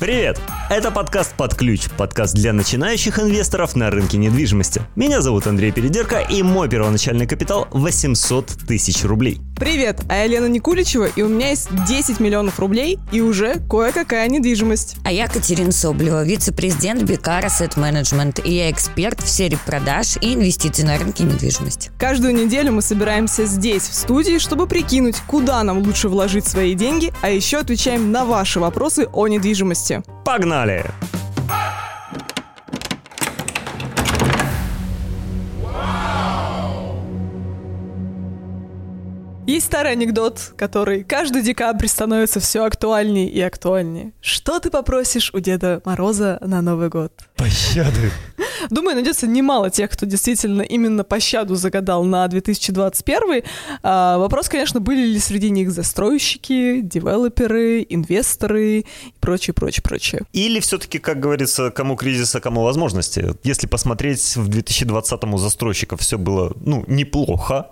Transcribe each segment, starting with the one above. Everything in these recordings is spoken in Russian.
Привет! Это подкаст «Под ключ», подкаст для начинающих инвесторов на рынке недвижимости. Меня зовут Андрей Передерко, и мой первоначальный капитал 800 тысяч рублей. Привет, а я Лена Никуличева, и у меня есть 10 миллионов рублей и уже кое-какая недвижимость. А я Катерина Соболева, вице-президент Бикар Asset Management, и я эксперт в сфере продаж и инвестиций на рынке недвижимости. Каждую неделю мы собираемся здесь, в студии, чтобы прикинуть, куда нам лучше вложить свои деньги, а еще отвечаем на ваши вопросы о недвижимости. Погнали! Есть старый анекдот, который каждый декабрь становится все актуальнее и актуальнее. Что ты попросишь у Деда Мороза на Новый год? Пощады. Думаю, найдется немало тех, кто действительно именно пощаду загадал на 2021. Вопрос, конечно, были ли среди них застройщики, девелоперы, инвесторы и прочее. Или все-таки, как говорится, кому кризис, а кому возможности. Если посмотреть, в 2020-м у застройщиков все было, неплохо.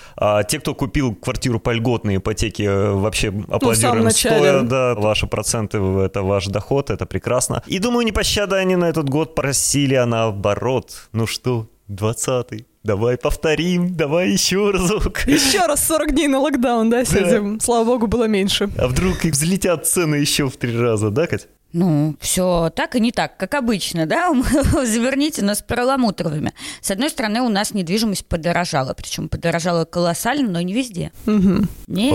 А те, кто купил квартиру по льготной ипотеке, вообще аплодируем стоя. Да, ваши проценты – это ваш доход, это прекрасно. И думаю, не пощады они на этот год просили, а наоборот. Ну что, 20-й? Давай повторим, давай еще разок. Еще раз 40 дней на локдаун, да, сидим? Да. Слава богу, было меньше. А вдруг и взлетят цены еще в 3 раза, да, Кать? Все так и не так, как обычно, да? Заверните нас перламутровыми. С одной стороны, у нас недвижимость подорожала, причем подорожала колоссально, но не везде. Угу.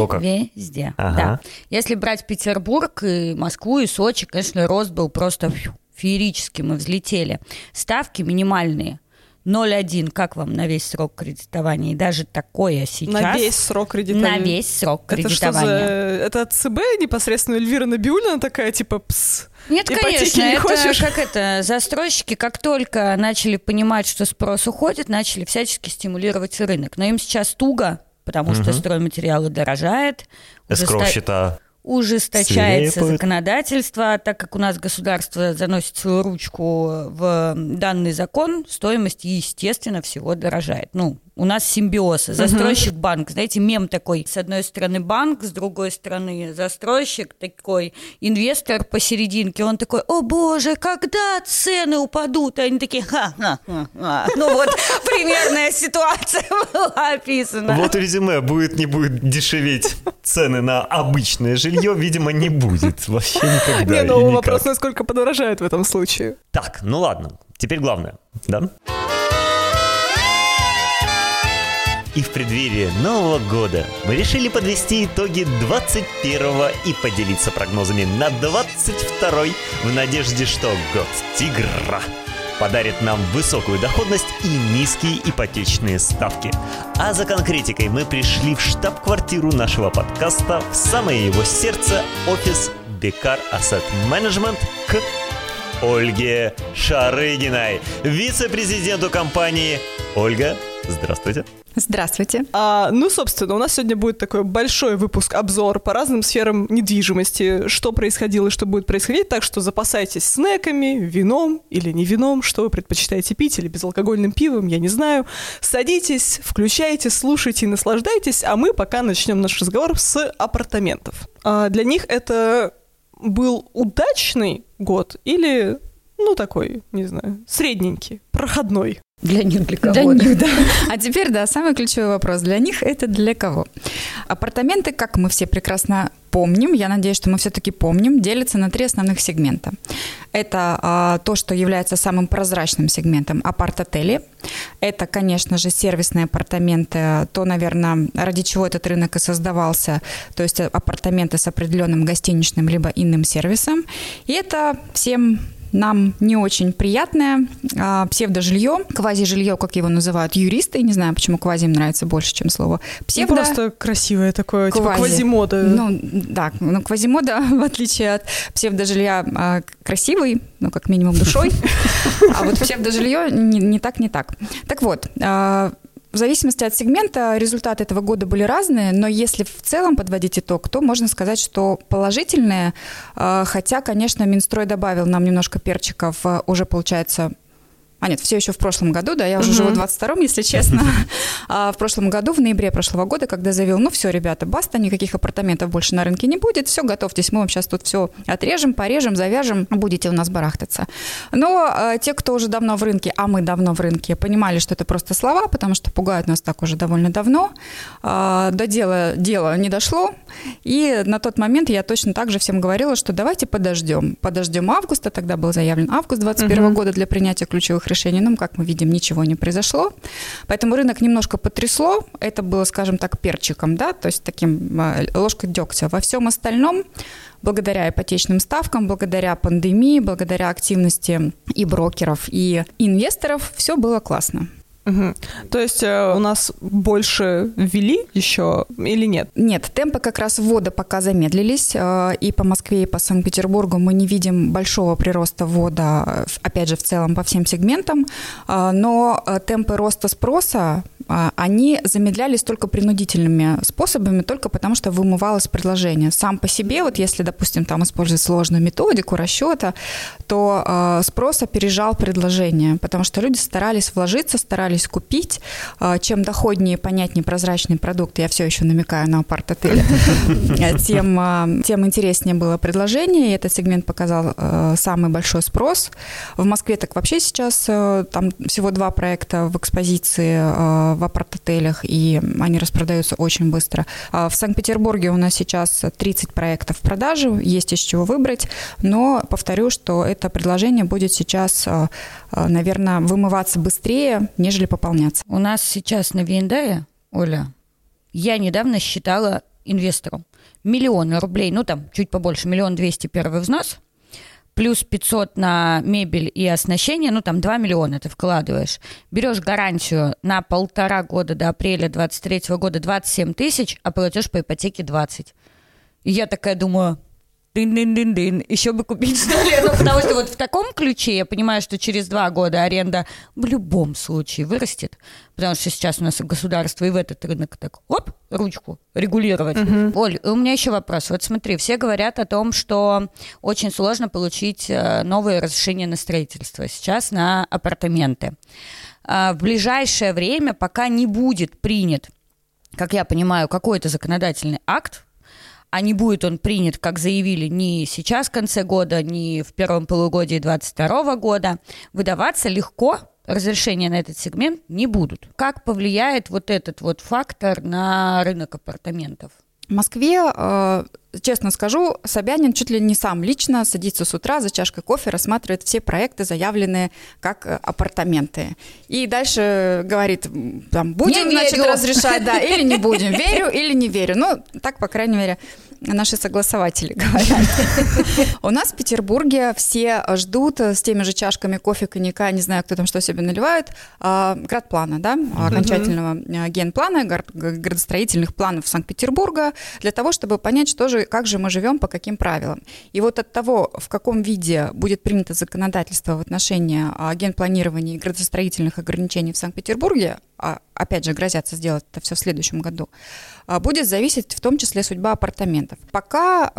Не везде, да. Если брать Петербург и Москву, и Сочи, конечно, рост был просто феерический, мы взлетели. Ставки минимальные. 0,1, как вам на весь срок кредитования? И даже такое сейчас... На весь срок кредитования? На весь срок кредитования. Это от ЦБ непосредственно Эльвира Набиуллина такая, типа, пс? Нет, конечно, это застройщики, как только начали понимать, что спрос уходит, начали всячески стимулировать рынок. Но им сейчас туго, потому что стройматериалы дорожают. Эскроу-счета... Ужесточается законодательство, так как у нас государство заносит свою ручку в данный закон, стоимость, естественно, всего дорожает. У нас симбиоз. Застройщик, банк. Знаете, мем такой. С одной стороны банк, с другой стороны застройщик такой, инвестор посерединке. Он такой: о боже, когда цены упадут? И они такие: ха-ха-ха. Примерная ситуация была описана. Вот резюме. Будет, не будет дешеветь цены на обычное жилье, видимо, не будет. Вообще никогда. Вопрос, насколько подорожает в этом случае. Так, ладно. Теперь главное, да? И в преддверии Нового года мы решили подвести итоги 21-го и поделиться прогнозами на 22-й в надежде, что год Тигра подарит нам высокую доходность и низкие ипотечные ставки. А за конкретикой мы пришли в штаб-квартиру нашего подкаста, в самое его сердце, офис Бикар Asset Management, к Ольге Шарыгиной, вице-президенту компании. Ольга, здравствуйте. Здравствуйте. Собственно, у нас сегодня будет такой большой выпуск-обзор по разным сферам недвижимости, что происходило и что будет происходить, так что запасайтесь снеками, вином или не вином, что вы предпочитаете пить, или безалкогольным пивом, я не знаю. Садитесь, включайте, слушайте и наслаждайтесь, а мы пока начнем наш разговор с апартаментов. Для них это был удачный год или, такой, не знаю, средненький, проходной? Для них, для кого? Для них, да. А теперь, самый ключевой вопрос. Для них это для кого? Апартаменты, как мы все прекрасно помним, я надеюсь, что мы все-таки помним, делятся на 3 основных сегмента. Это то, что является самым прозрачным сегментом — апарт-отели. Это, конечно же, сервисные апартаменты, то, наверное, ради чего этот рынок и создавался, то есть апартаменты с определенным гостиничным либо иным сервисом. И это всем нам не очень приятное псевдожилье, квазижилье, как его называют юристы. Не знаю, почему квази им нравится больше, чем слово псевдо. Просто красивое такое, типа квазимода. Квазимода, в отличие от псевдожилья, красивый, как минимум душой. А вот псевдожилье не так. Так вот, в зависимости от сегмента результаты этого года были разные, но если в целом подводить итог, то можно сказать, что положительные, хотя, конечно, Минстрой добавил нам немножко перчиков уже, получается, Нет, все еще в прошлом году, да, я уже живу в 22-м, если честно. В прошлом году, в ноябре прошлого года, когда заявил, все, ребята, баста, никаких апартаментов больше на рынке не будет, все, готовьтесь, мы вам сейчас тут все отрежем, порежем, завяжем, будете у нас барахтаться. Но те, кто уже давно в рынке, а мы давно в рынке, понимали, что это просто слова, потому что пугают нас так уже довольно давно, до дело не дошло, и на тот момент я точно так же всем говорила, что давайте подождем августа, тогда был заявлен август 2021 года для принятия ключевых решений, но, как мы видим, ничего не произошло. Поэтому рынок немножко потрясло. Это было, скажем так, перчиком, да, то есть таким ложкой дегтя. Во всем остальном, благодаря ипотечным ставкам, благодаря пандемии, благодаря активности и брокеров, и инвесторов, все было классно. То есть у нас больше ввели еще или нет? Нет, темпы как раз ввода пока замедлились. И по Москве, и по Санкт-Петербургу мы не видим большого прироста ввода, опять же, в целом по всем сегментам. Но темпы роста спроса, они замедлялись только принудительными способами, только потому что вымывалось предложение. Сам по себе, вот если, допустим, там использовать сложную методику расчета, то спрос опережал предложение, потому что люди старались вложиться, старались купить. Чем доходнее, понятнее, прозрачный продукт, я все еще намекаю на апарт-отели, тем интереснее было предложение, и этот сегмент показал самый большой спрос. В Москве так вообще сейчас там всего 2 проекта в экспозиции в апарт-отелях, и они распродаются очень быстро. В Санкт-Петербурге у нас сейчас 30 проектов в продаже, есть из чего выбрать, но повторю, что это предложение будет сейчас, наверное, вымываться быстрее, нежели пополняться. У нас сейчас на Виендаре, Оля, я недавно считала инвестору миллионы рублей, чуть побольше, 1 200 000 первый взнос, плюс 500 на мебель и оснащение, 2 миллиона ты вкладываешь. Берешь гарантию на 1,5 года до апреля 2023 года 27 000, а платеж по ипотеке 20. И я такая думаю, еще бы купить, что ли? Потому что вот в таком ключе я понимаю, что через 2 года аренда в любом случае вырастет, потому что сейчас у нас государство и в этот рынок так, ручку регулировать. Оль, у меня еще вопрос. Вот смотри, все говорят о том, что очень сложно получить новые разрешения на строительство сейчас на апартаменты. В ближайшее время, пока не будет принят, как я понимаю, какой-то законодательный акт, а не будет он принят, как заявили, ни сейчас в конце года, ни в первом полугодии 2022 года, выдаваться легко разрешения на этот сегмент не будут. Как повлияет вот этот вот фактор на рынок апартаментов? В Москве, честно скажу, Собянин чуть ли не сам лично садится с утра за чашкой кофе, рассматривает все проекты, заявленные как апартаменты. И дальше говорит, будем, разрешать, или не будем, верю или не верю. Так, по крайней мере, наши согласователи говорят. У нас в Петербурге все ждут с теми же чашками кофе, коньяка, не знаю, кто там что себе наливает, градплана, окончательного генплана, градостроительных планов Санкт-Петербурга, для того, чтобы понять, как же мы живем, по каким правилам. И вот от того, в каком виде будет принято законодательство в отношении генпланирования и градостроительных ограничений в Санкт-Петербурге, опять же, грозятся сделать это все в следующем году, будет зависеть в том числе судьба апартаментов. Пока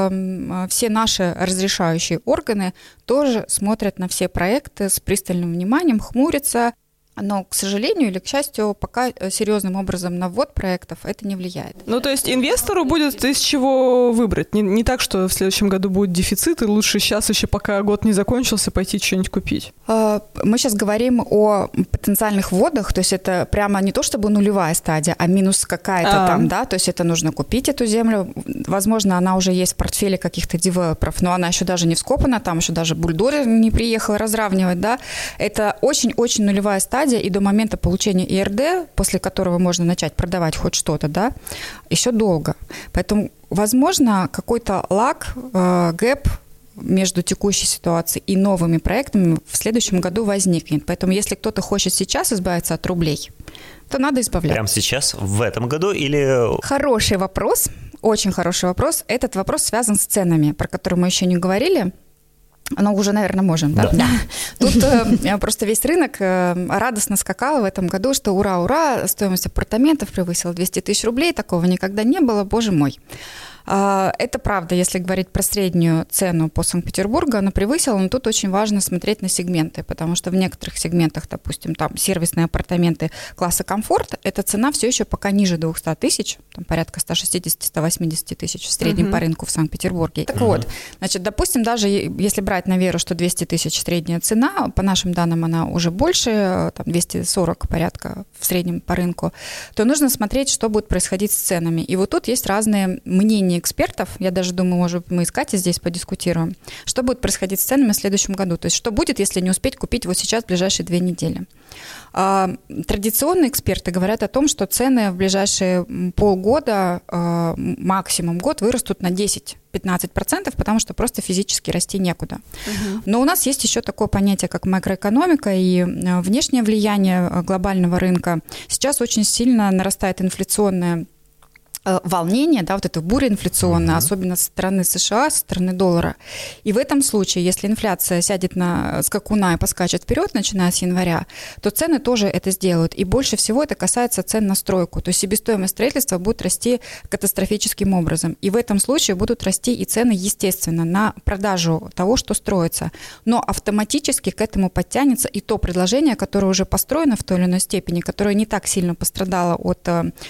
все наши разрешающие органы тоже смотрят на все проекты с пристальным вниманием, хмурятся, но, к сожалению или к счастью, пока серьезным образом на ввод проектов это не влияет. То есть инвестору будет из чего выбрать? Не так, что в следующем году будет дефицит, и лучше сейчас еще, пока год не закончился, пойти что-нибудь купить? Мы сейчас говорим о потенциальных вводах, то есть это прямо не то чтобы нулевая стадия, а минус какая-то там, то есть это нужно купить эту землю. Возможно, она уже есть в портфеле каких-то девелоперов, но она еще даже не вскопана, там еще даже бульдозер не приехал разравнивать, Это очень-очень нулевая стадия, и до момента получения ИРД, после которого можно начать продавать хоть что-то, еще долго. Поэтому, возможно, какой-то лаг, гэп между текущей ситуацией и новыми проектами в следующем году возникнет. Поэтому, если кто-то хочет сейчас избавиться от рублей, то надо избавляться. Прямо сейчас, в этом году или... Хороший вопрос, очень хороший вопрос. Этот вопрос связан с ценами, про которые мы еще не говорили. Но уже, наверное, можем, да? Да. Тут просто весь рынок радостно скакал в этом году, что ура, стоимость апартаментов превысила 200 000 рублей, такого никогда не было, боже мой. Это правда, если говорить про среднюю цену по Санкт-Петербургу, она превысила, но тут очень важно смотреть на сегменты, потому что в некоторых сегментах, допустим, там сервисные апартаменты класса комфорт, эта цена все еще пока ниже 200 тысяч, там порядка 160-180 тысяч в среднем по рынку в Санкт-Петербурге. Так вот, значит, допустим, даже если брать на веру, что 200 тысяч средняя цена, по нашим данным она уже больше, там 240 порядка в среднем по рынку, то нужно смотреть, что будет происходить с ценами. И вот тут есть разные мнения экспертов, я даже думаю, может, мы с Катей здесь подискутируем, что будет происходить с ценами в следующем году, то есть что будет, если не успеть купить вот сейчас в ближайшие 2 недели. Традиционные эксперты говорят о том, что цены в ближайшие полгода, максимум год, вырастут на 10-15%, потому что просто физически расти некуда. Но у нас есть еще такое понятие, как макроэкономика, и внешнее влияние глобального рынка. Сейчас очень сильно нарастает инфляционное волнение, да, вот эта буря инфляционная, особенно со стороны США, со стороны доллара. И в этом случае, если инфляция сядет на скакуна и поскачет вперед, начиная с января, то цены тоже это сделают. И больше всего это касается цен на стройку. То есть себестоимость строительства будет расти катастрофическим образом. И в этом случае будут расти и цены, естественно, на продажу того, что строится. Но автоматически к этому подтянется и то предложение, которое уже построено в той или иной степени, которое не так сильно пострадало от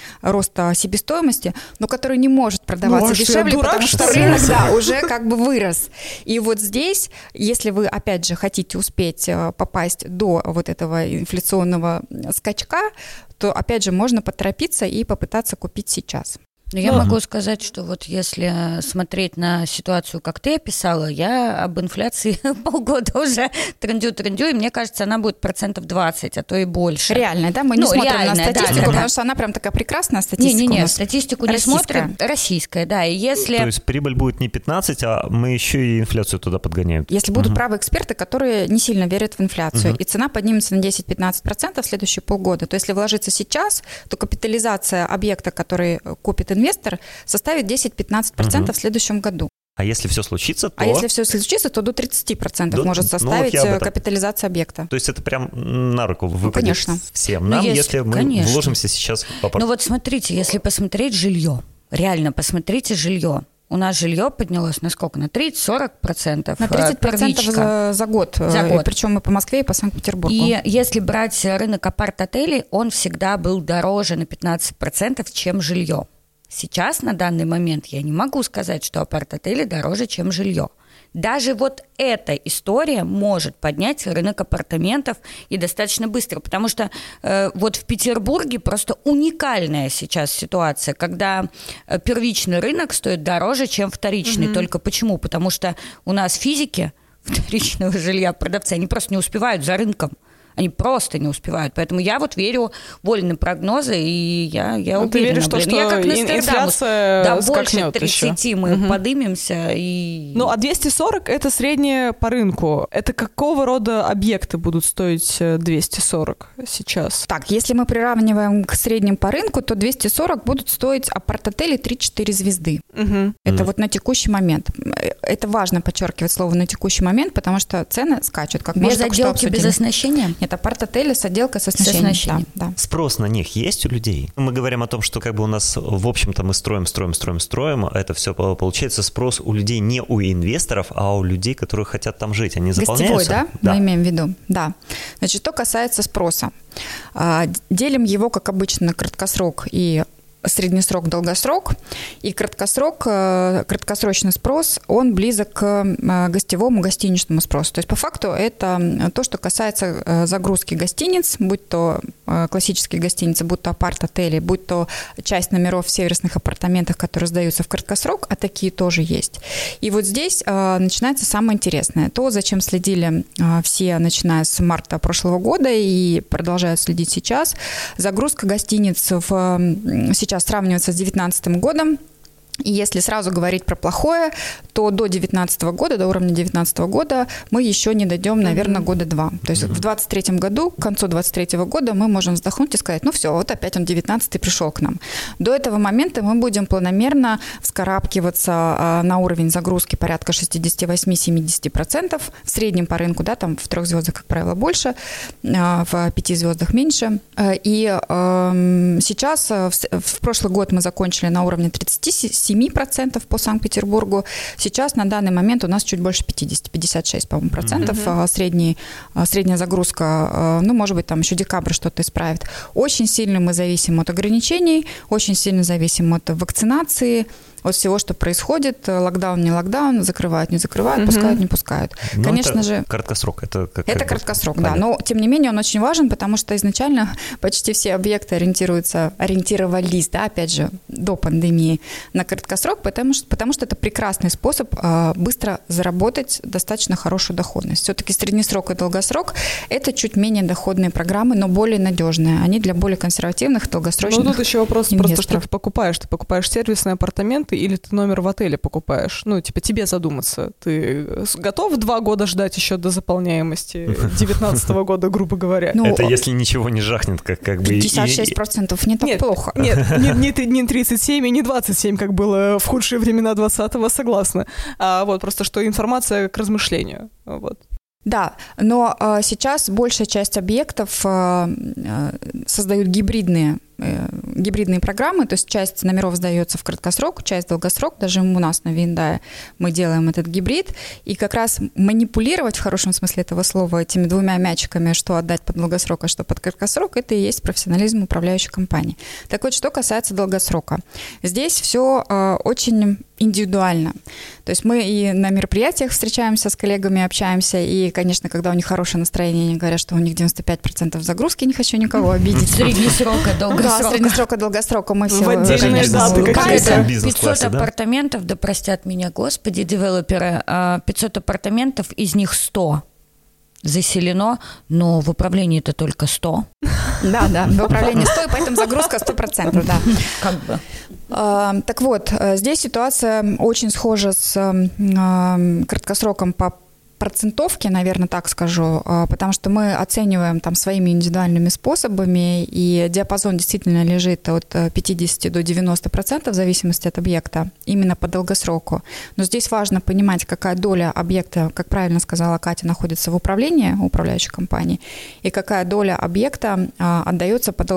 роста себестоимости, но который не может продаваться дешевле, потому что рынок уже как бы вырос. И вот здесь, если вы, опять же, хотите успеть попасть до вот этого инфляционного скачка, то, опять же, можно поторопиться и попытаться купить сейчас. Но я могу сказать, что вот если смотреть на ситуацию, как ты описала, я об инфляции полгода уже трындю, и мне кажется, она будет 20%, а то и больше. Реальная, да? Мы не смотрим на статистику, потому что она прям такая прекрасная статистика. Не, статистику не смотрим. Российская, да. И если... То есть прибыль будет не 15, а мы еще и инфляцию туда подгоняем. Если будут правы эксперты, которые не сильно верят в инфляцию, и цена поднимется на 10-15% в следующие полгода, то если вложиться сейчас, то капитализация объекта, который купит инвестор, составит 10-15% в следующем году. А если все случится, то... А если все случится, то до 30% может составить капитализация объекта. То есть это прям на руку выпадет всем нам, если мы вложимся сейчас в апартамент. Ну вот смотрите, если посмотреть жилье, реально посмотрите жилье. У нас жилье поднялось на сколько? На 30-40%. На 30% за год. Причем и по Москве, и по Санкт-Петербургу. И если брать рынок апарт-отелей, он всегда был дороже на 15%, чем жилье. Сейчас, на данный момент, я не могу сказать, что апарт-отели дороже, чем жилье. Даже вот эта история может поднять рынок апартаментов и достаточно быстро, потому что вот в Петербурге просто уникальная сейчас ситуация, когда первичный рынок стоит дороже, чем вторичный. Только почему? Потому что у нас физики вторичного жилья, продавцы, они просто не успевают за рынком. Они просто не успевают. Поэтому я вот верю в вольные прогнозы, и я уверена. Ты веришь, что я как инфляция больше 30 еще. Мы подымемся. И... Ну, а 240 – это среднее по рынку. Это какого рода объекты будут стоить 240 сейчас? Так, если мы приравниваем к средним по рынку, то 240 будут стоить апарт-отели 3-4 звезды. Это вот на текущий момент. Это важно подчеркивать слово «на текущий момент», потому что цены скачут. Как без отделки, без оснащения? Нет, апарт-отели с отделкой с оснащением. Да. Спрос на них есть у людей? Мы говорим о том, что как бы у нас, в общем-то, мы строим. Это все получается спрос у людей не у инвесторов, а у людей, которые хотят там жить. Они заполняются? Гостевой, да? Мы имеем в виду. Да. Значит, что касается спроса. Делим его, как обычно, на краткосрок и среднесрок, долгосрок, и краткосрочный спрос, он близок к гостевому, гостиничному спросу. То есть, по факту, это то, что касается загрузки гостиниц, будь то классические гостиницы, будь то апарт-отели, будь то часть номеров в сервисных апартаментах, которые сдаются в краткосрок, а такие тоже есть. И вот здесь начинается самое интересное. То, зачем следили все, начиная с марта прошлого года и продолжают следить сейчас, загрузка гостиниц сейчас сравнивается с 2019 годом. И если сразу говорить про плохое, то до 2019 года, до уровня 2019 года мы еще не дойдем, наверное, года 2. То есть в 2023 году, к концу 2023 года мы можем вздохнуть и сказать, ну все, вот опять он 19-й пришел к нам. До этого момента мы будем планомерно вскарабкиваться на уровень загрузки порядка 68-70%, в среднем по рынку, да, там в 3 звездах, как правило, больше, в 5 звездах меньше. И сейчас, в прошлый год мы закончили на уровне 37%, 57% по Санкт-Петербургу. Сейчас на данный момент у нас чуть больше 50, 56, по-моему, процентов средняя загрузка. Ну, может быть, там еще декабрь что-то исправит. Очень сильно мы зависим от ограничений, очень сильно зависим от вакцинации, от всего, что происходит. Локдаун, не локдаун, закрывают, не закрывают, пускают, не пускают. Но конечно это же... краткосрок. Это краткосрок, да. Но, тем не менее, он очень важен, потому что изначально почти все объекты ориентировались, да, опять же, до пандемии на краткосрок, потому что это прекрасный способ быстро заработать достаточно хорошую доходность. Все-таки среднесрок и долгосрок – это чуть менее доходные программы, но более надежные. Они для более консервативных, долгосрочных инвесторов. Ну, тут еще вопрос просто, что ты покупаешь. Ты покупаешь сервисные апартаменты или ты номер в отеле покупаешь? Ну, типа, тебе задуматься. Ты готов 2 года ждать еще до заполняемости 2019 года, грубо говоря? Ну, это если ничего не жахнет, как бы... 56% не так плохо. Нет, не 37 и не 27, как было в худшие времена 20-го, согласна. А вот просто, что информация к размышлению. Вот. Да, но сейчас большая часть объектов создают гибридные программы, то есть часть номеров сдается в краткосрок, часть в долгосрок, даже у нас на Виндае мы делаем этот гибрид, и как раз манипулировать в хорошем смысле этого слова этими 2 мячиками, что отдать под долгосрок, а что под краткосрок, это и есть профессионализм управляющей компании. Так вот, что касается долгосрока, здесь все очень индивидуально. То есть мы и на мероприятиях встречаемся с коллегами, общаемся, и, конечно, когда у них хорошее настроение, они говорят, что у них 95% загрузки, не хочу никого обидеть. Средний срок и долгосрок. Да, среднесрок и долгосрока мы все... В отдельные даты какие-то. 500 апартаментов, да простят меня, господи, девелоперы, 500 апартаментов, из них 100 заселено, но в управлении это только 100. Да, в управлении 100, и поэтому загрузка 100%, да. Как бы. Так вот, здесь ситуация очень схожа с краткосроком по процентовке, наверное, так скажу, потому что мы оцениваем там своими индивидуальными способами, и диапазон действительно лежит от 50 до 90% в зависимости от объекта, именно по долгосроку. Но здесь важно понимать, какая доля объекта, как правильно сказала Катя, находится в управлении управляющей компании, и какая доля объекта отдается по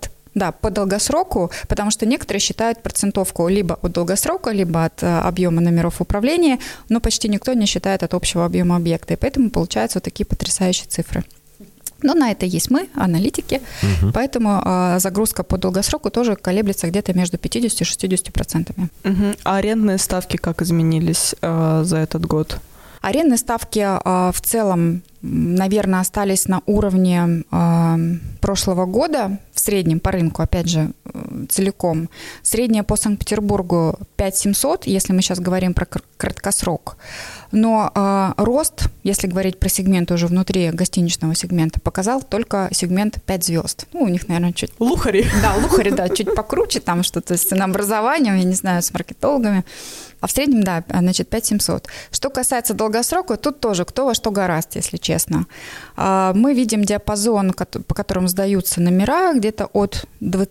долгосроку, потому что некоторые считают процентовку либо от долгосрока, либо от объема номеров управления, но почти никто не считает от общего объема объекта, и поэтому получаются вот такие потрясающие цифры. Но на это есть мы, аналитики, поэтому загрузка по долгосроку тоже колеблется где-то между 50 и 60%. А арендные ставки как изменились за этот год? Арендные ставки в целом, наверное, остались на уровне прошлого года, в среднем по рынку, опять же, целиком. Средняя по Санкт-Петербургу 5700, если мы сейчас говорим про краткосрок. Но рост, если говорить про сегмент уже внутри гостиничного сегмента, показал только сегмент 5 звезд. Ну, у них, наверное, чуть... Лухари. Да, лухари, да, чуть покруче, там что-то с ценообразованием, я не знаю, с маркетологами. А в среднем, да, значит, 5700. Что касается долгосрока, тут тоже кто во что гораст, если честно. Мы видим диапазон, по которому сдаются номера, где-то от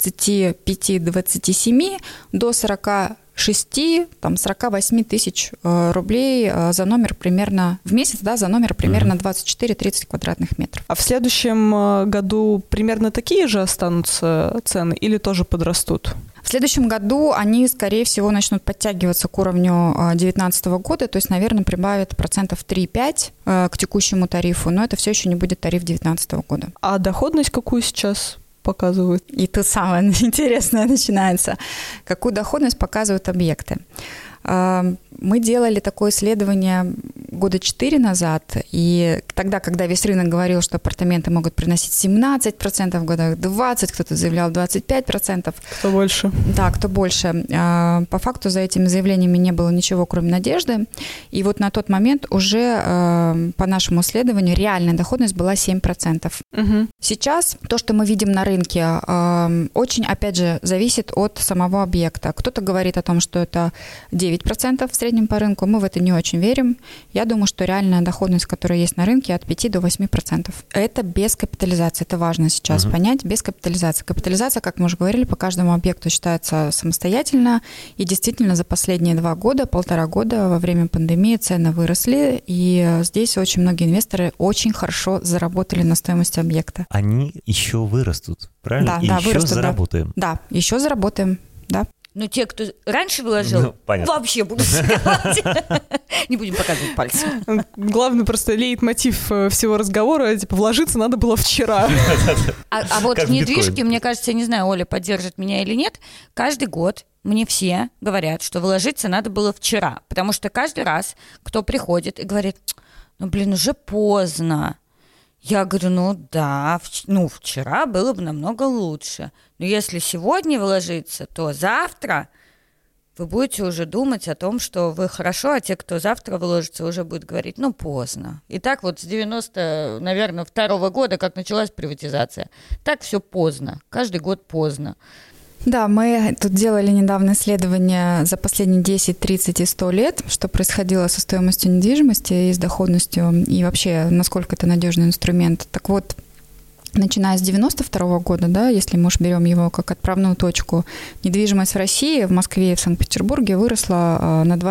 25-27 до 46-48 тысяч рублей за номер примерно в месяц, да, за номер примерно 24-30 квадратных метров. А в следующем году примерно такие же останутся цены или тоже подрастут? В следующем году они, скорее всего, начнут подтягиваться к уровню 2019 года, то есть, наверное, прибавят 3-5% к текущему тарифу, но это все еще не будет тариф 2019 года. А доходность какую сейчас показывают? И тут самое интересное начинается. Какую доходность показывают объекты? Мы делали такое исследование года 4 назад, и тогда, когда весь рынок говорил, что апартаменты могут приносить 17%, в годах 20%, кто-то заявлял 25%. Кто больше? Да, кто больше. По факту за этими заявлениями не было ничего, кроме надежды. И вот на тот момент уже по нашему исследованию реальная доходность была 7%. Сейчас то, что мы видим на рынке, очень, опять же, зависит от самого объекта. Кто-то говорит о том, что это 9% в среднем по рынку, мы в это не очень верим. Я думаю, что реальная доходность, которая есть на рынке, от 5 до 8%. Это без капитализации, это важно сейчас понять, без капитализации. Капитализация, как мы уже говорили, по каждому объекту считается самостоятельно, и действительно за последние 1.5 года во время пандемии цены выросли, и здесь очень многие инвесторы очень хорошо заработали на стоимости объекта. Они еще вырастут, правильно? Да, и еще вырастут, заработаем. Да, еще заработаем, да. Но те, кто раньше выложил, вообще будут сдавать. Не будем показывать пальцем. Главный просто лейтмотив всего разговора, типа, вложиться надо было вчера. А вот в недвижке, мне кажется, я не знаю, Оля поддержит меня или нет, каждый год мне все говорят, что вложиться надо было вчера. Потому что каждый раз, кто приходит и говорит, уже поздно. Я говорю, вчера было бы намного лучше. Но если сегодня вложиться, то завтра вы будете уже думать о том, что вы хорошо, а те, кто завтра вложится, уже будут говорить, поздно. И так вот с 92-го года, как началась приватизация, так все поздно. Каждый год поздно. Да, мы тут делали недавно исследование за последние 10, 30 и 100 лет, что происходило со стоимостью недвижимости и с доходностью, и вообще, насколько это надежный инструмент. Так вот, начиная с 92 года, да, если мы уж берем его как отправную точку, недвижимость в России, в Москве и в Санкт-Петербурге выросла на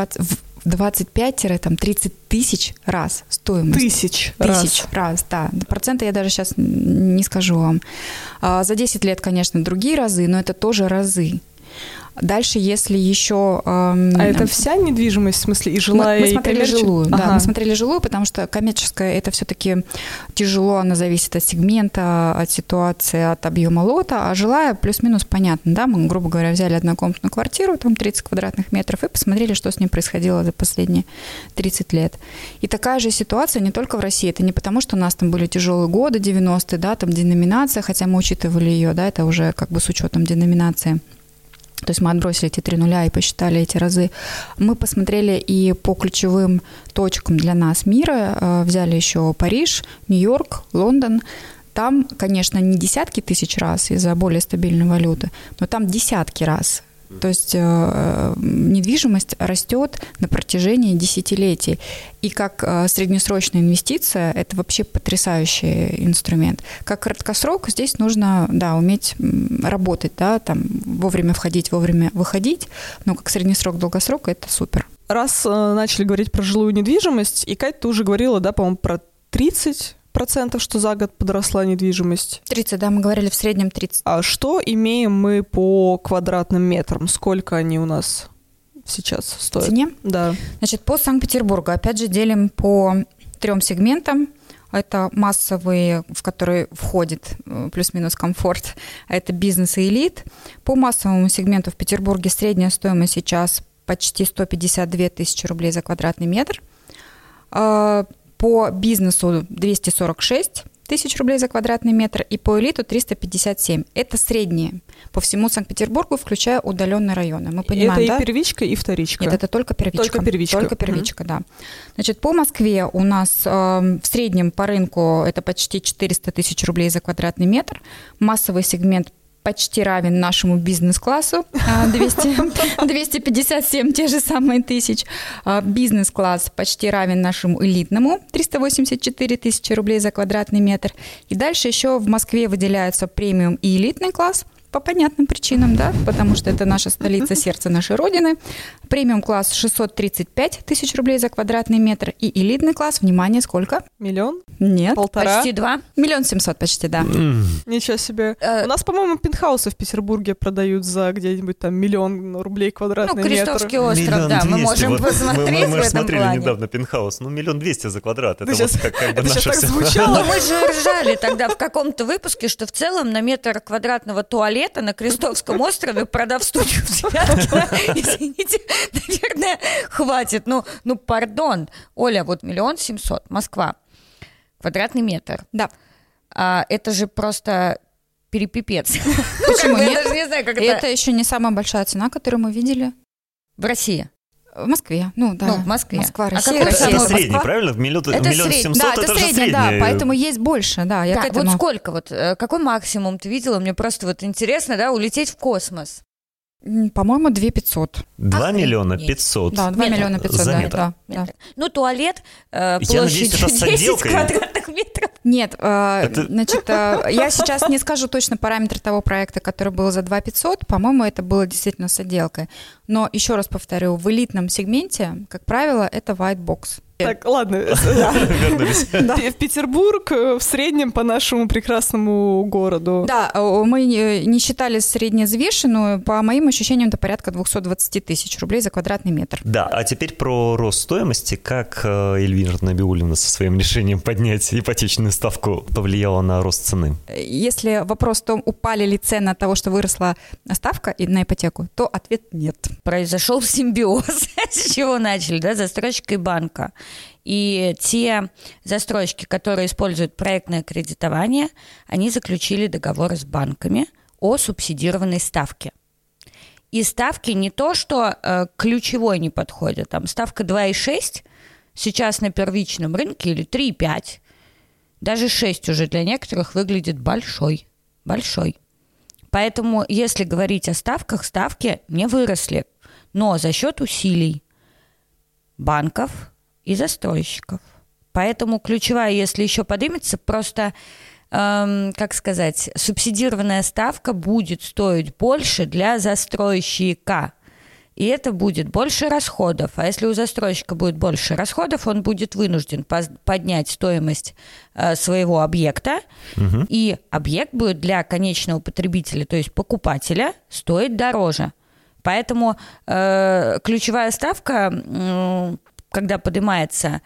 25-30 тысяч раз стоимость. Тысяч раз, да. Проценты я даже сейчас не скажу вам. За 10 лет, конечно, другие разы, но это тоже разы. Дальше, если еще... это вся недвижимость, в смысле, и жилая, мы смотрели жилую, Ага. Да, мы смотрели жилую, потому что коммерческая это все-таки тяжело, она зависит от сегмента, от ситуации, от объема лота, а жилая плюс-минус понятно, да, мы, грубо говоря, взяли однокомнатную квартиру, там 30 квадратных метров, и посмотрели, что с ней происходило за последние 30 лет. И такая же ситуация не только в России, это не потому, что у нас там были тяжелые годы, 90-е, да, там деноминация, хотя мы учитывали ее, да, это уже как бы с учетом деноминации. То есть мы отбросили эти 3 нуля и посчитали эти разы. Мы посмотрели и по ключевым точкам для нас мира. Взяли еще Париж, Нью-Йорк, Лондон. Там, конечно, не десятки тысяч раз из-за более стабильной валюты, но там десятки раз. То есть недвижимость растет на протяжении десятилетий. И как среднесрочная инвестиция, это вообще потрясающий инструмент. Как краткосрок, здесь нужно, да, уметь работать, да, там, вовремя входить, вовремя выходить, но как среднесрок, долгосрок, это супер. Раз начали говорить про жилую недвижимость, и, Кать, ты уже говорила, да, по-моему, про 30%, что за год подросла недвижимость. 30, да, мы говорили в среднем 30. А что имеем мы по квадратным метрам? Сколько они у нас сейчас стоят? Цене? Да. Значит, по Санкт-Петербургу, опять же, делим по 3 сегментам. Это массовые, в которые входит плюс-минус комфорт, а это бизнес и элит. По массовому сегменту в Петербурге средняя стоимость сейчас почти 152 тысячи рублей за квадратный метр. По бизнесу 246 тысяч рублей за квадратный метр и по элиту 357. Это средние по всему Санкт-Петербургу, включая удаленные районы. Мы понимаем, это и да? первичка, и вторичка? Нет, это только первичка. Только первичка, да. Значит, по Москве у нас в среднем по рынку это почти 400 тысяч рублей за квадратный метр. Массовый сегмент почти равен нашему бизнес-классу, 257 те же самые тысяч. Бизнес-класс почти равен нашему элитному, 384 тысячи рублей за квадратный метр. И дальше еще в Москве выделяются премиум и элитный класс, по понятным причинам, да, потому что это наша столица, сердце нашей Родины. Премиум-класс 635 тысяч рублей за квадратный метр и элитный класс, внимание, сколько? Миллион? Нет. Полтора? Почти 2. 1 700 000 почти, да. Ничего себе. У нас, по-моему, пентхаусы в Петербурге продают за где-нибудь там 1 000 000 рублей квадратный метр. Крестовский остров, да, мы можем посмотреть в Мы этом смотрели плане. недавно пентхаус, 1 200 000 за квадрат. Это сейчас- вот как бы это сейчас наше так все. звучало. Но мы же ржали тогда в каком-то выпуске, что в целом на метр квадратного туалета на Крестовском острове, продав студию в Святке, извините, наверное, хватит. Ну, пардон. Оля, вот 1 700 000, Москва, квадратный метр. Да. Это же просто перепипец. Почему Я нет? даже не знаю, как Это это еще не самая большая цена, которую мы видели в России. в Москве. Ну, да. В Москве. Москва, А Россия, какой Россия. Это самый средний, Москва. правильно? 1 Это 700 Да, 000 это это же средний, да, средний. поэтому есть больше, да, я Да, к этому. вот сколько, вот какой максимум ты видела? Мне просто вот интересно, да, улететь в космос. По-моему, 2 500. 2 миллиона Охренеть. 500. Да, 2 Метр. миллиона 500, За да, метр. да. Ну, туалет надеюсь, площадью это с 10 отделкой. квадратных метров. Нет, значит, я сейчас не скажу точно параметр того проекта, который был за 2 500. По-моему, это было действительно с отделкой. Но еще раз повторю, в элитном сегменте, как правило, это white box. Так, ладно. Вернулись. В Петербург в среднем по нашему прекрасному городу. Да, мы не считали средневзвешенную. По моим ощущениям, это порядка 220 тысяч рублей за квадратный метр. Да, а теперь про рост стоимости. Как Эльвира Набиуллина со своим решением поднять ипотечную ставку повлияла на рост цены? Если вопрос в том, упали ли цены от того, что выросла ставка на ипотеку, то ответ нет. Произошел симбиоз, с чего начали, да, застройщика и банка. И те застройщики, которые используют проектное кредитование, они заключили договоры с банками о субсидированной ставке. И ставки не то, что ключевой не подходят, там ставка 2,6 сейчас на первичном рынке или 3,5, даже 6 уже для некоторых выглядит большой. Поэтому, если говорить о ставках, ставки не выросли, но за счет усилий банков и застройщиков. Поэтому ключевая, если еще поднимется, просто, субсидированная ставка будет стоить больше для застройщика. И это будет больше расходов. А если у застройщика будет больше расходов, он будет вынужден поднять стоимость своего объекта, и объект будет для конечного потребителя, то есть покупателя, стоить дороже. Поэтому ключевая ставка, когда поднимается,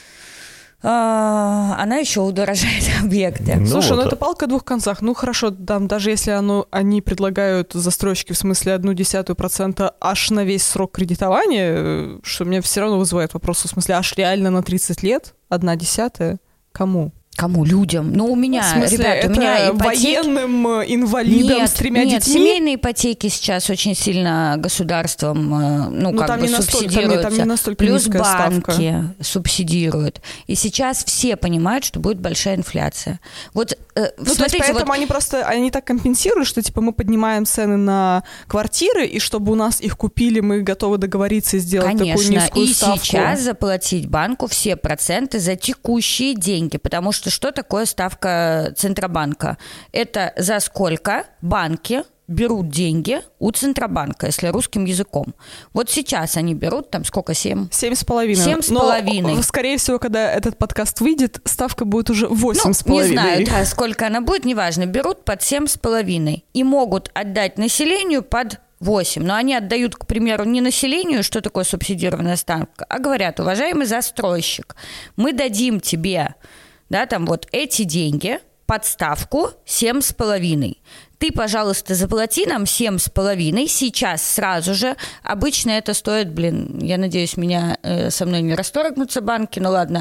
она еще удорожает объекты. Слушай, это палка о двух концах. Ну хорошо, там, даже если они предлагают застройщики в смысле 0,1% аж на весь срок кредитования, что меня все равно вызывает вопрос, в смысле, аж реально на 30 лет 0,1%? Кому? Кому? Людям? Ну, у меня, в смысле, ребят, у меня ипотеки... военным инвалидам с 3 детьми? Нет, семейные ипотеки сейчас очень сильно государством, субсидируются. Там не настолько Плюс низкая банки ставка субсидируют. И сейчас все понимают, что будет большая инфляция. Вот, смотрите, поэтому они так компенсируют, что типа мы поднимаем цены на квартиры, и чтобы у нас их купили, мы готовы договориться и сделать такую низкую ставку. И сейчас заплатить банку все проценты за текущие деньги, потому что такое ставка Центробанка? Это за сколько банки берут деньги у Центробанка, если русским языком. Вот сейчас они берут, там сколько, 7? 7,5. 7,5. Но, скорее всего, когда этот подкаст выйдет, ставка будет уже 8,5. Не знаю, да, сколько она будет, неважно. Берут под 7,5 и могут отдать населению под 8. Но они отдают, к примеру, не населению, что такое субсидированная ставка, а говорят: уважаемый застройщик, мы дадим тебе, да, там вот эти деньги под ставку 7,5. Ты, пожалуйста, заплати нам 7,5 сейчас сразу же. Обычно это стоит, я надеюсь, меня со мной не расторгнутся банки, ну ладно,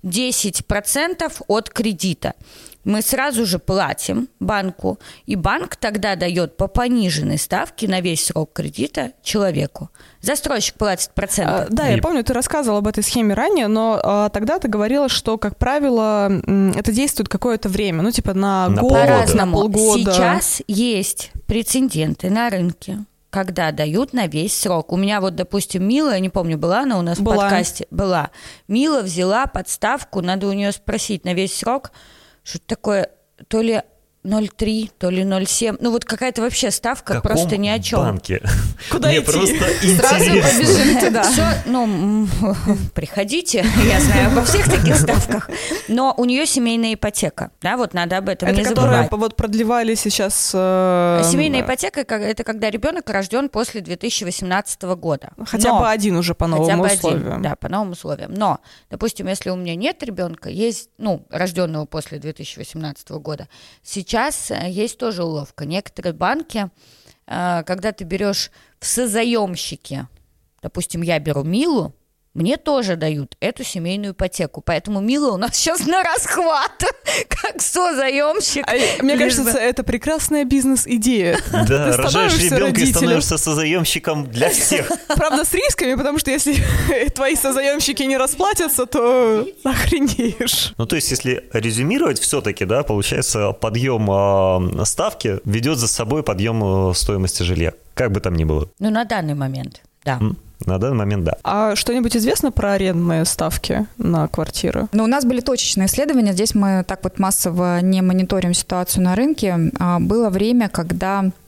10% от кредита. Мы сразу же платим банку, и банк тогда дает по пониженной ставке на весь срок кредита человеку. Застройщик платит проценты. Да, я помню, ты рассказывала об этой схеме ранее, но тогда ты говорила, что, как правило, это действует какое-то время, ну типа на год, по-разному. На полгода. Сейчас есть прецеденты на рынке, когда дают на весь срок. У меня вот, допустим, Мила, я не помню, была она у нас в подкасте? Была. Мила взяла подставку, надо у нее спросить на весь срок, что-то такое, то ли 0,3, то ли 0,7. Ну вот какая-то вообще ставка просто ни о чем. Банке? Куда Мне идти? просто Сразу интересно. побежим туда. Приходите, я знаю обо всех таких ставках. Но у нее семейная ипотека, да, вот надо об этом не забывать. Это вот продлевали сейчас... Семейная ипотека – это когда ребенок рожден после 2018 года. Хотя бы один уже по новым условиям. Да, по новым условиям. Но, допустим, если у меня нет ребенка, есть, рожденного после 2018 года, сейчас есть тоже уловка. Некоторые банки, когда ты берешь в созаемщики, допустим, я беру Милу, мне тоже дают эту семейную ипотеку. Поэтому Мила у нас сейчас на расхват, как созаемщик. Мне кажется, это прекрасная бизнес-идея. Да, рожаешь ребенка и становишься созаемщиком для всех. Правда, с рисками, потому что если твои созаемщики не расплатятся, то охренеешь. Ну, то есть, если резюмировать, все-таки, да, получается, подъем ставки ведет за собой подъем стоимости жилья. Как бы там ни было. Ну, на данный момент, да. На данный момент, да. А что-нибудь известно про арендные ставки на квартиры? У нас были точечные исследования. Здесь мы так вот массово не мониторим ситуацию на рынке. Было время, когда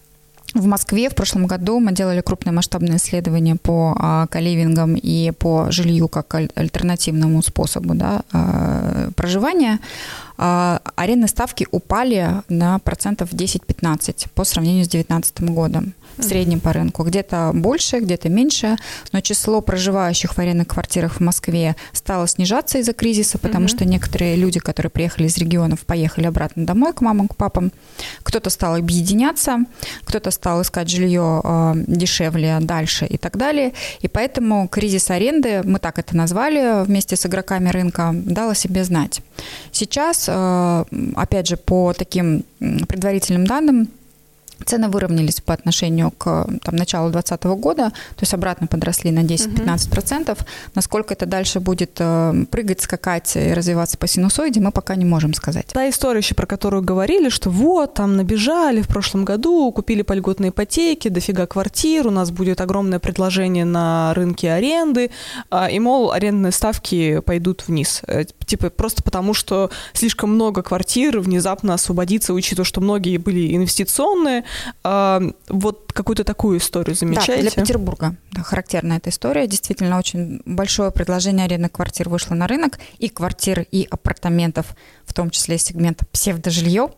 В Москве в прошлом году мы делали крупное масштабное исследование по коливингам и по жилью как альтернативному способу, да, проживания. Арендные ставки упали на процентов 10-15 по сравнению с 2019 годом. В среднем по рынку. Где-то больше, где-то меньше, но число проживающих в арендных квартирах в Москве стало снижаться из-за кризиса, потому что некоторые люди, которые приехали из регионов, поехали обратно домой к мамам, к папам. Кто-то стал объединяться, кто-то стал искать жилье дешевле, дальше и так далее. И поэтому кризис аренды, мы так это назвали вместе с игроками рынка, дал о себе знать. Сейчас, опять же, по таким предварительным данным, цены выровнялись по отношению к началу 2020 года, то есть обратно подросли на 10-15%. Насколько это дальше будет прыгать, скакать и развиваться по синусоиде, мы пока не можем сказать. Та история еще, про которую говорили, что вот, там набежали в прошлом году, купили по льготной ипотеке, дофига квартир, у нас будет огромное предложение на рынке аренды, и, мол, арендные ставки пойдут вниз. Типа просто потому, что слишком много квартир внезапно освободится, учитывая, что многие были инвестиционные. Вот какую-то такую историю замечаете? Да, для Петербурга характерна эта история. Действительно, очень большое предложение арендных квартир вышло на рынок, и квартир, и апартаментов, в том числе и сегмента псевдожилье.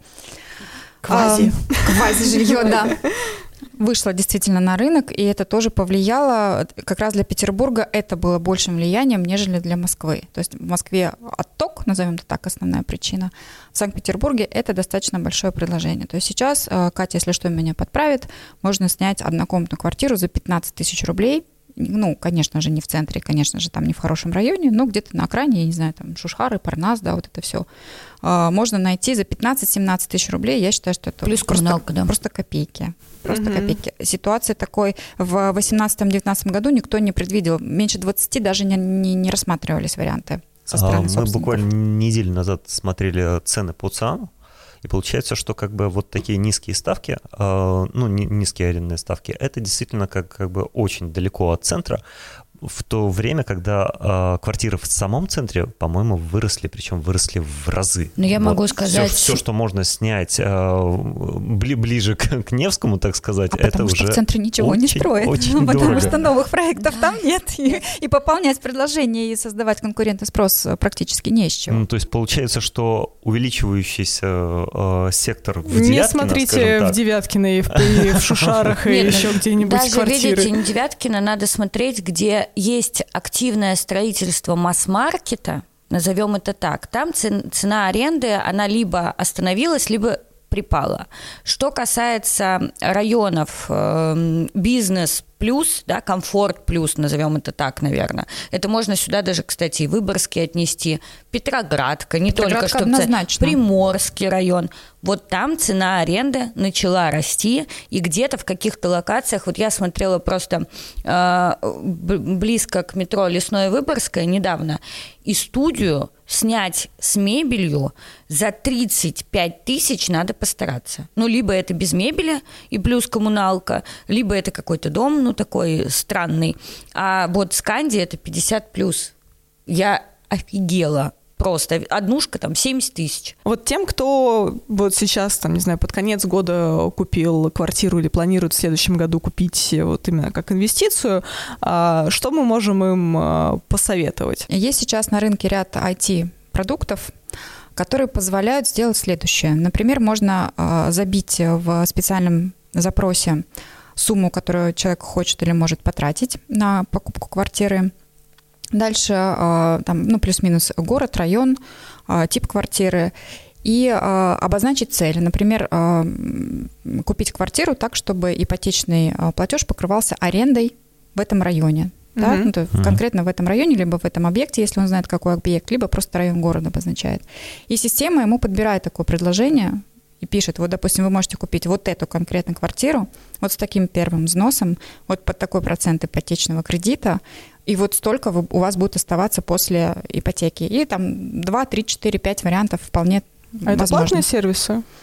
Квази-жилье, да. Вышло действительно на рынок, и это тоже повлияло, как раз для Петербурга это было большим влиянием, нежели для Москвы. То есть в Москве отток, назовем это так, основная причина. В Санкт-Петербурге это достаточно большое предложение. То есть сейчас, Катя, если что, меня подправит, можно снять однокомнатную квартиру за 15 тысяч рублей. Ну, конечно же, не в центре, конечно же, там не в хорошем районе, но где-то на окраине, я не знаю, там Шушхары, Парнас, да, вот это все. Можно найти за 15-17 тысяч рублей. Я считаю, что это плюс коммуналка, да. Просто копейки. Просто копейки. Ситуация такой в 2018-2019 году никто не предвидел. Меньше 20 даже не рассматривались варианты со стороны собственников. Мы буквально неделю назад смотрели цены по ЦИАНу, и получается, что как бы вот такие низкие ставки, низкие арендные ставки, это действительно как бы очень далеко от центра, в то время, когда квартиры в самом центре, по-моему, выросли, причем выросли в разы. Но я могу сказать... Все, что можно снять ближе к Невскому, так сказать, это уже в центре ничего не строят. Потому что новых проектов там нет. И пополнять предложение и создавать конкурентный спрос практически не с чего. То есть получается, что увеличивающийся сектор в Девяткино, не смотрите в Девяткино и в Шушарах и еще где-нибудь квартиры. Даже, видите, не Девяткино, надо смотреть, где есть активное строительство масс-маркета, назовем это так, там цена аренды, она либо остановилась, либо припала. Что касается районов бизнес плюс, да, комфорт плюс, назовем это так, наверное. Это можно сюда даже, кстати, и Выборгский отнести, Петроградка, не только что Приморский район. Вот там цена аренды начала расти, и где-то в каких-то локациях, вот я смотрела просто близко к метро Лесное Выборгское недавно, и студию снять с мебелью за 35 тысяч надо постараться. Ну, либо это без мебели и плюс коммуналка, либо это какой-то дом, ну, такой странный. А вот Сканди это 50 плюс. Я офигела. Просто однушка там 70 тысяч. Вот тем, кто вот сейчас, там, не знаю, под конец года купил квартиру или планирует в следующем году купить вот именно как инвестицию, что мы можем им посоветовать? Есть сейчас на рынке ряд IT-продуктов, которые позволяют сделать следующее. Например, можно забить в специальном запросе сумму, которую человек хочет или может потратить на покупку квартиры. Дальше там, плюс-минус город, район, тип квартиры. И обозначить цель. Например, купить квартиру так, чтобы ипотечный платеж покрывался арендой в этом районе. Да? Конкретно в этом районе, либо в этом объекте, если он знает, какой объект, либо просто район города обозначает. И система ему подбирает такое предложение и пишет, вот, допустим, вы можете купить вот эту конкретную квартиру, вот с таким первым взносом, вот под такой процент ипотечного кредита, и вот столько у вас будет оставаться после ипотеки. И там 2, 3, 4, 5 вариантов вполне возможно. Это платные сервисы?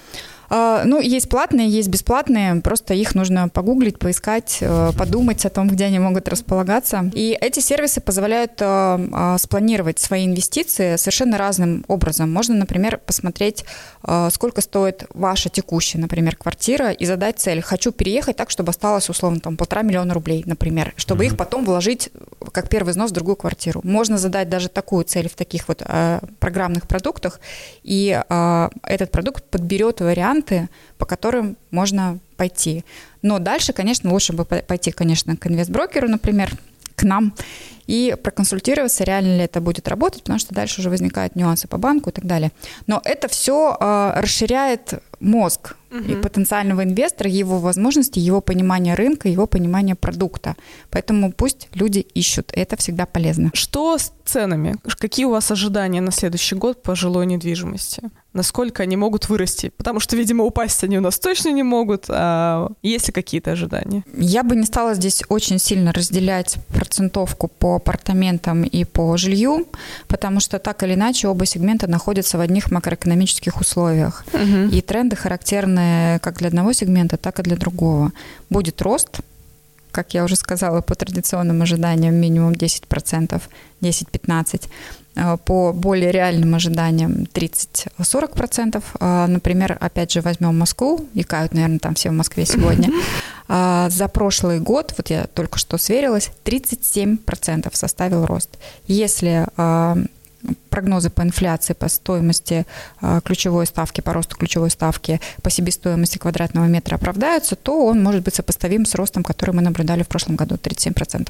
Есть платные, есть бесплатные, просто их нужно погуглить, поискать, подумать о том, где они могут располагаться. И эти сервисы позволяют спланировать свои инвестиции совершенно разным образом. Можно, например, посмотреть, сколько стоит ваша текущая, например, квартира, и задать цель. Хочу переехать так, чтобы осталось, условно, 1,5 миллиона рублей, например, чтобы их потом вложить как первый взнос в другую квартиру. Можно задать даже такую цель в таких вот программных продуктах, и этот продукт подберет варианты, по которым можно пойти. Но дальше, конечно, лучше бы пойти, конечно, к инвестброкеру, например, к нам, и проконсультироваться, реально ли это будет работать, потому что дальше уже возникают нюансы по банку и так далее. Но это все расширяет мозг и потенциального инвестора, его возможности, его понимание рынка, его понимание продукта. Поэтому пусть люди ищут, это всегда полезно. Что с ценами? Какие у вас ожидания на следующий год по жилой недвижимости? Насколько они могут вырасти? Потому что, видимо, упасть они у нас точно не могут. А есть ли какие-то ожидания? Я бы не стала здесь очень сильно разделять процентовку по апартаментам и по жилью, потому что так или иначе оба сегмента находятся в одних макроэкономических условиях. И тренды характерны как для одного сегмента, так и для другого. Будет рост, как я уже сказала, по традиционным ожиданиям минимум 10%, 10-15%. По более реальным ожиданиям 30-40%. Например, опять же, возьмем Москву, икают, наверное, там все в Москве сегодня. За прошлый год, вот я только что сверилась, 37% составил рост. Если прогнозы по инфляции, по стоимости ключевой ставки, по росту ключевой ставки, по себестоимости квадратного метра оправдаются, то он может быть сопоставим с ростом, который мы наблюдали в прошлом году, 37%.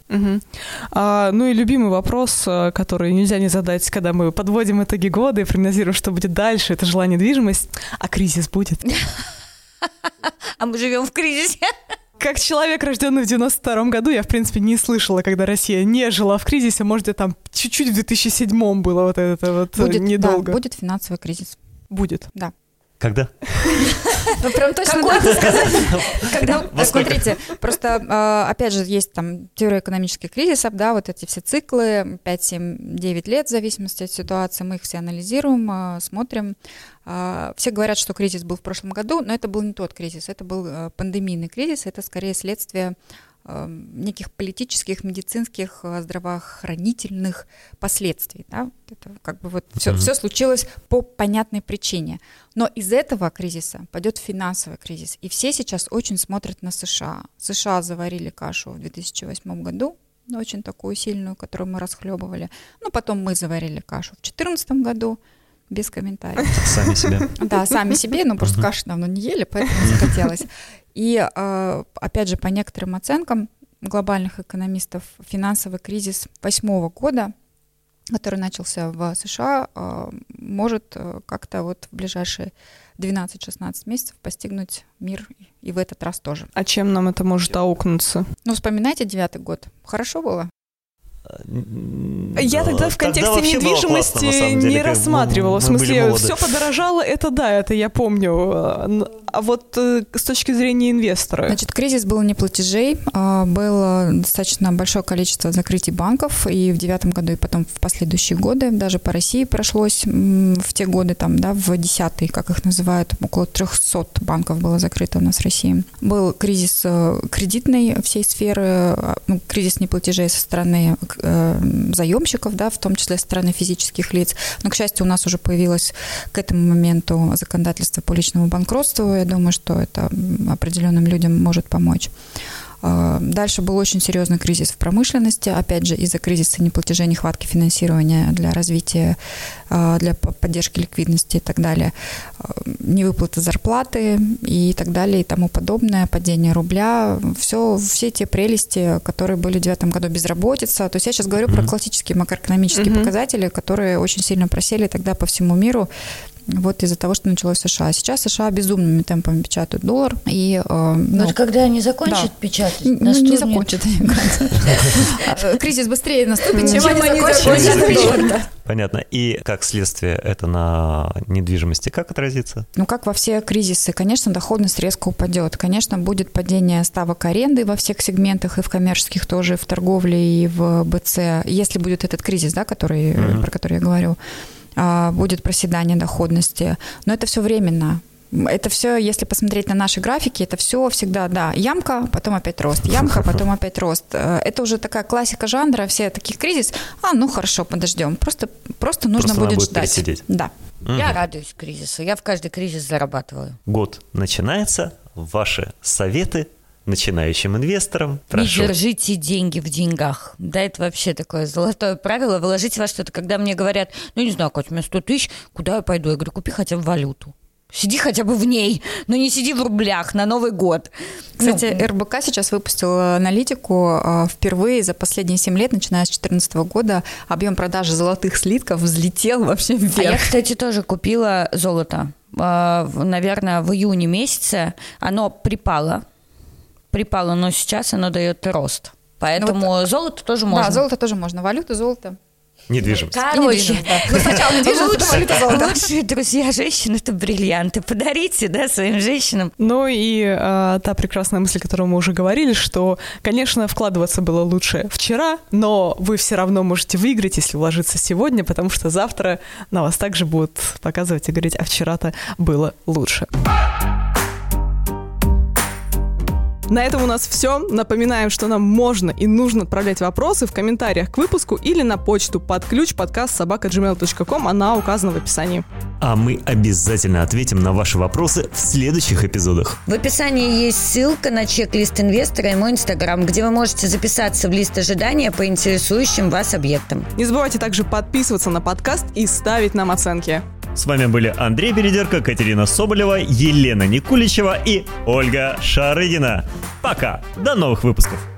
И любимый вопрос, который нельзя не задать, когда мы подводим итоги года и прогнозируем, что будет дальше, это жилая недвижимость. А кризис будет? А мы живем в кризисе. Как человек, рожденный в 92-м году, я, в принципе, не слышала, когда Россия не жила в кризисе. Может, где там чуть-чуть в 2007-м было вот это вот недолго. Да, будет финансовый кризис. Будет? Да. Когда? Ну, прям точно Какой-то сказать. Смотрите, просто, опять же, есть там теория экономических кризисов, да, вот эти все циклы, 5, 7, 9 лет, в зависимости от ситуации, мы их все анализируем, смотрим. Все говорят, что кризис был в прошлом году, но это был не тот кризис, это был пандемийный кризис, это скорее следствие неких политических, медицинских, здравоохранительных последствий. Да? Это как бы вот все случилось по понятной причине. Но из этого кризиса пойдет финансовый кризис. И все сейчас очень смотрят на США. США заварили кашу в 2008 году, очень такую сильную, которую мы расхлебывали. Потом мы заварили кашу в 2014 году, без комментариев. Сами себе. Да, сами себе, просто кашу давно не ели, поэтому захотелось. И, опять же, по некоторым оценкам глобальных экономистов, финансовый кризис 2008 года, который начался в США, может как-то вот в ближайшие 12-16 месяцев постигнуть мир и в этот раз тоже. А чем нам это может аукнуться? Вспоминайте 9-й год. Хорошо было? Я тогда в контексте недвижимости не рассматривала. В смысле, все подорожало, это я помню. А вот с точки зрения инвестора? Значит, кризис был неплатежей, было достаточно большое количество закрытий банков и в 2009 году, и потом в последующие годы. Даже по России прошлось в те годы, в 10-й, как их называют, около 300 банков было закрыто у нас в России. Был кризис кредитной всей сферы, кризис неплатежей со стороны заемщиков, в том числе со стороны физических лиц. Но, к счастью, у нас уже появилось к этому моменту законодательство по личному банкротству. Я думаю, что это определенным людям может помочь. Дальше был очень серьезный кризис в промышленности, опять же, из-за кризиса неплатежей, нехватки финансирования для развития, для поддержки ликвидности и так далее, невыплаты зарплаты и так далее и тому подобное, падение рубля, все те прелести, которые были в 2009 году, безработица. То есть я сейчас говорю про классические макроэкономические показатели, которые очень сильно просели тогда по всему миру. Вот из-за того, что началось в США. Сейчас США безумными темпами печатают доллар. И, когда они закончат печатать? Не закончат. Кризис быстрее наступит, чем они закончат. Понятно. И как следствие это на недвижимости как отразится? Как во все кризисы. Конечно, доходность резко упадет. Конечно, будет падение ставок аренды во всех сегментах, и в коммерческих тоже, и в торговле, и в БЦ. Если будет этот кризис, про который я говорю, будет проседание доходности. Но это все временно. Это все, если посмотреть на наши графики, это все всегда, да, ямка, потом опять рост, ямка, потом опять рост. Это уже такая классика жанра, все такие кризис, ну хорошо, подождем, просто нужно будет ждать. Пересидеть. Да. Я радуюсь кризису, я в каждый кризис зарабатываю. Год начинается, ваши советы начинающим инвесторам. Прошу. Не держите деньги в деньгах. Да, это вообще такое золотое правило. Вложите во что-то. Когда мне говорят, не знаю, Кать, у меня 100 тысяч, куда я пойду? Я говорю, купи хотя бы валюту. Сиди хотя бы в ней, но не сиди в рублях на Новый год. Кстати, РБК сейчас выпустил аналитику. Впервые за последние 7 лет, начиная с 2014 года, объем продажи золотых слитков взлетел вообще вверх. А я, кстати, тоже купила золото. Наверное, в июне месяце оно припало, но сейчас оно дает рост. Поэтому золото тоже можно. Да, золото тоже можно. Валюта, золото. Недвижимость. Короче, сначала недвижимость, потом валюта, золото. Лучшие друзья женщин – это бриллианты. Подарите, своим женщинам. Ну и та прекрасная мысль, о которой мы уже говорили, что, конечно, вкладываться было лучше вчера, но вы все равно можете выиграть, если вложиться сегодня, потому что завтра на вас также будут показывать и говорить, а вчера-то было лучше. На этом у нас все. Напоминаем, что нам можно и нужно отправлять вопросы в комментариях к выпуску или на почту podключ@gmail.com, она указана в описании. А мы обязательно ответим на ваши вопросы в следующих эпизодах. В описании есть ссылка на чек-лист инвестора и мой инстаграм, где вы можете записаться в лист ожидания по интересующим вас объектам. Не забывайте также подписываться на подкаст и ставить нам оценки. С вами были Андрей Бередерко, Катерина Соболева, Елена Никуличева и Ольга Шарыгина. Пока! До новых выпусков!